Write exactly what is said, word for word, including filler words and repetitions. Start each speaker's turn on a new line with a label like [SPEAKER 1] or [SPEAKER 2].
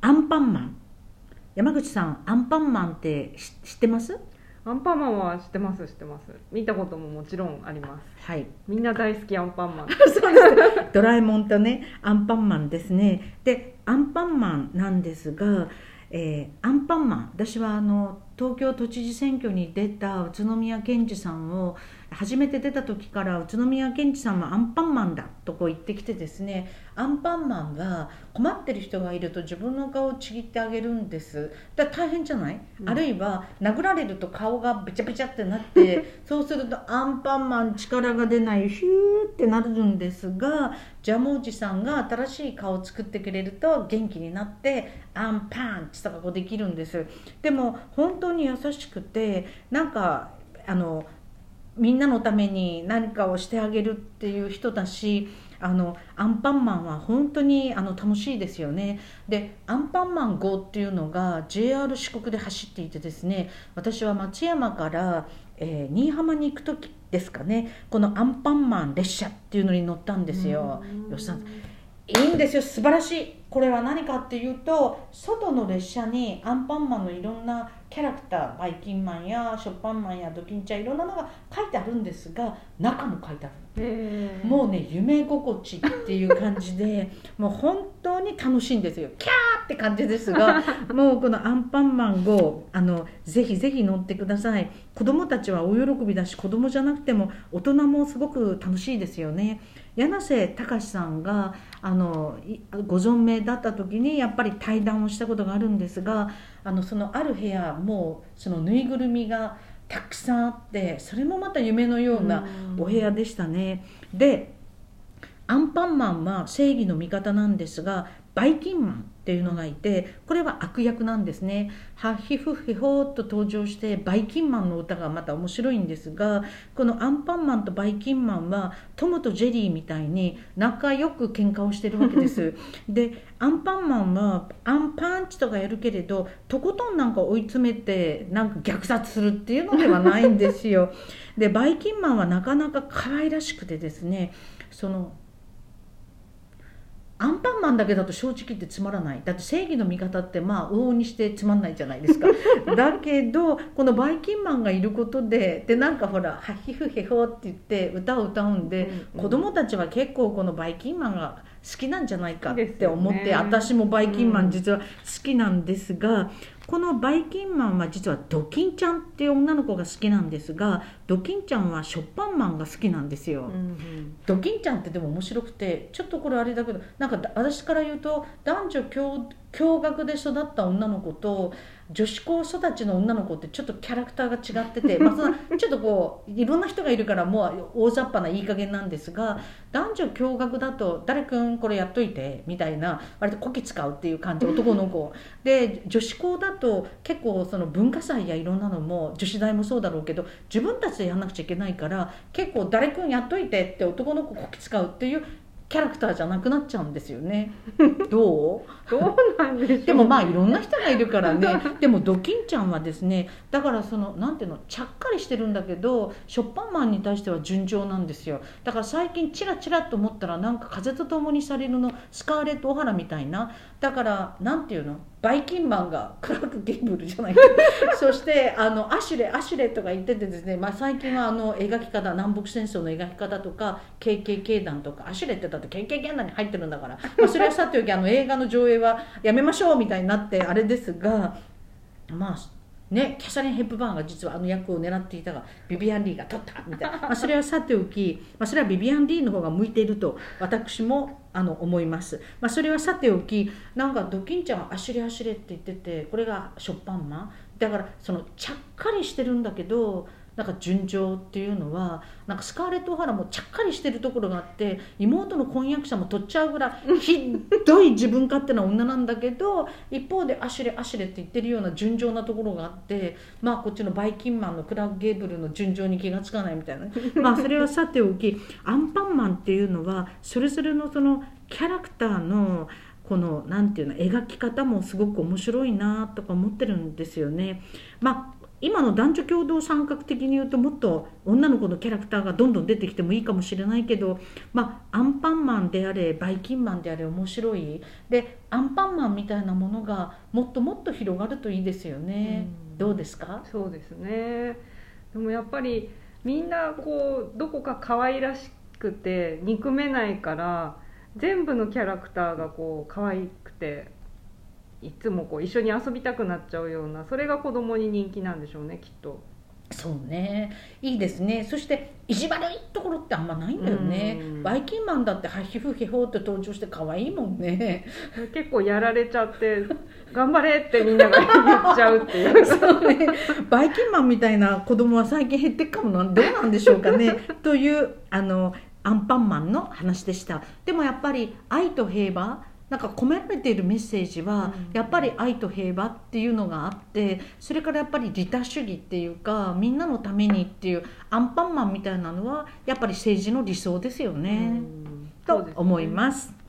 [SPEAKER 1] アンパンマン。山口さん、アンパンマンって知ってます？
[SPEAKER 2] アンパンマンは知ってます知ってます。見たことももちろんあります。
[SPEAKER 1] はい。
[SPEAKER 2] みんな大好きアンパンマン。
[SPEAKER 1] そうです。ドラえもんとね、アンパンマンですね。で、アンパンマンなんですが、えー、アンパンマン、私はあの東京都知事選挙に出た宇都宮健児さんを初めて出た時から、宇都宮健児さんはアンパンマンだとこう言ってきてですね、アンパンマンが困ってる人がいると自分の顔をちぎってあげるんです。だから大変じゃない、うん、あるいは殴られると顔がべちゃべちゃってなってそうするとアンパンマン力が出ないヒューってなるんですが、ジャムおじさんが新しい顔を作ってくれると元気になってアンパンチとかこうできるんです。でも本当に優しくて、なんかあのみんなのために何かをしてあげるっていう人だし、あのアンパンマンは本当にあの楽しいですよね。でアンパンマン ゴー っていうのが ジェイアール 四国で走っていてですね、私は松山から、えー、新居浜に行く時ですかね、このアンパンマン列車っていうのに乗ったんですよ。吉さん、いいんですよ、素晴らしい。これは何かっていうと、外の列車にアンパンマンのいろんなキャラクター、バイキンマンやショッパンマンやドキンちゃん、いろんなのが書いてあるんですが、中も書いてある。もうね、夢心地っていう感じでもう本当に楽しいんですよ。キャーって感じですがもうこのアンパンマン ゴー、 あのぜひぜひ乗ってください。子供たちは大喜びだし、子供じゃなくても大人もすごく楽しいですよね。柳瀬隆さんがあのご存命だった時にやっぱり対談をしたことがあるんですが、あのそのある部屋、もうそのぬいぐるみがたくさんあって、それもまた夢のようなお部屋でしたね。でアンパンマンは正義の味方なんですが、バイキンマンっていうのがいて、これは悪役なんですね。ハッヒフヘホーっと登場してバイキンマンの歌がまた面白いんですが、このアンパンマンとバイキンマンはトムとジェリーみたいに仲良く喧嘩をしてるわけですでアンパンマンはアンパンチとかやるけれど、とことんなんか追い詰めてなんか虐殺するっていうのではないんですよでバイキンマンはなかなか可愛らしくてですね、そのアンパンマンだけだと正直言ってつまらない。だって正義の味方ってまあ往々にしてつまんないじゃないですかだけどこのバイキンマンがいることで、でなんかほらハヒフヘホって言って歌を歌うんで、うんうん、子供たちは結構このバイキンマンが好きなんじゃないかって思って、ね、私もバイキンマン実は好きなんですが、うん、このバイキンマンは実はドキンちゃんっていう女の子が好きなんですが、ドキンちゃんはショッパンマンが好きなんですよ、うんうん、ドキンちゃんってでも面白くて、ちょっとこれあれだけど、なんか私から言うと男女共共学で育った女の子と女子高育ちの女の子ってちょっとキャラクターが違ってて、まあ、そのちょっとこういろんな人がいるからもう大雑把ないい加減なんですが、男女共学だと誰くんこれやっといてみたいな割とこき使うっていう感じ、男の子で、女子高だと結構その文化祭やいろんなのも女子大もそうだろうけど自分たちでやんなくちゃいけないから、結構誰くんやっといてって男の子こき使うっていうキャラクターじゃなくなっちゃうんですよねどう
[SPEAKER 2] どうなんでしょう、ね、
[SPEAKER 1] でもまあいろんな人がいるからねでもドキンちゃんはですね、だからそのなんていうの、ちゃっかりしてるんだけどショッパンマンに対しては純情なんですよ。だから最近チラチラと思ったらなんか風と共にされるのスカーレット・オハラみたいな、だからなんていうの、バイキンマンがクラーク・ゲーブルじゃないそしてあのアシュレアシュレとか言っててですね、まあ、最近はあの描き方、南北戦争の描き方とか ケーケーケー 団とか、アシュレってだって ケーケーケー 団に入ってるんだから、まあ、それはさておきあの映画の上映はやめましょうみたいになってあれですが、まあね、キャサリン・ヘップバーンが実はあの役を狙っていたがビビアン・リーが取ったみたいな、まあ、それはさておき、まあ、それはビビアン・リーの方が向いていると私もあの思います、まあ、それはさておき、なんかドキンちゃんはアシュレアシュレって言ってて、これがショッパンマンだから、そのちゃっかりしてるんだけどなんか純情っていうのは、なんかスカーレット・オハラもちゃっかりしてるところがあって、妹の婚約者も取っちゃうぐらいひどい自分勝手な女なんだけど、一方でアシュレアシュレって言ってるような純情なところがあって、まあこっちのバイキンマンのクラーク・ゲーブルの純情に気がつかないみたいなまあそれはさておき、アンパンマンっていうのはそれぞれのそのキャラクターのこのなんていうの描き方もすごく面白いなとか思ってるんですよね。まあ今の男女共同参画的に言うともっと女の子のキャラクターがどんどん出てきてもいいかもしれないけど、まあ、アンパンマンであれバイキンマンであれ面白いでアンパンマンみたいなものがもっともっと広がるといいですよね。
[SPEAKER 2] うん
[SPEAKER 1] どうですか？
[SPEAKER 2] そうですね。でもやっぱりみんなこうどこか可愛らしくて憎めないから全部のキャラクターがこう可愛くていつもこう一緒に遊びたくなっちゃうような、それが子供に人気なんでしょうね、きっと。
[SPEAKER 1] そうね、いいですね。そして意地悪いところってあんまないんだよね。
[SPEAKER 2] うん
[SPEAKER 1] バイキンマンだってハヒフヘホって登場して可愛いもんね。
[SPEAKER 2] 結構やられちゃって頑張れってみんなが言っちゃうっていう
[SPEAKER 1] そうね、バイキンマンみたいな子供は最近減ってっかもな、どうなんでしょうかねというあのアンパンマンの話でした。でもやっぱり愛と平和、なんか込められているメッセージはやっぱり愛と平和っていうのがあって、それからやっぱり利他主義っていうかみんなのためにっていうアンパンマンみたいなのはやっぱり政治の理想ですよね、
[SPEAKER 2] うん
[SPEAKER 1] と思います。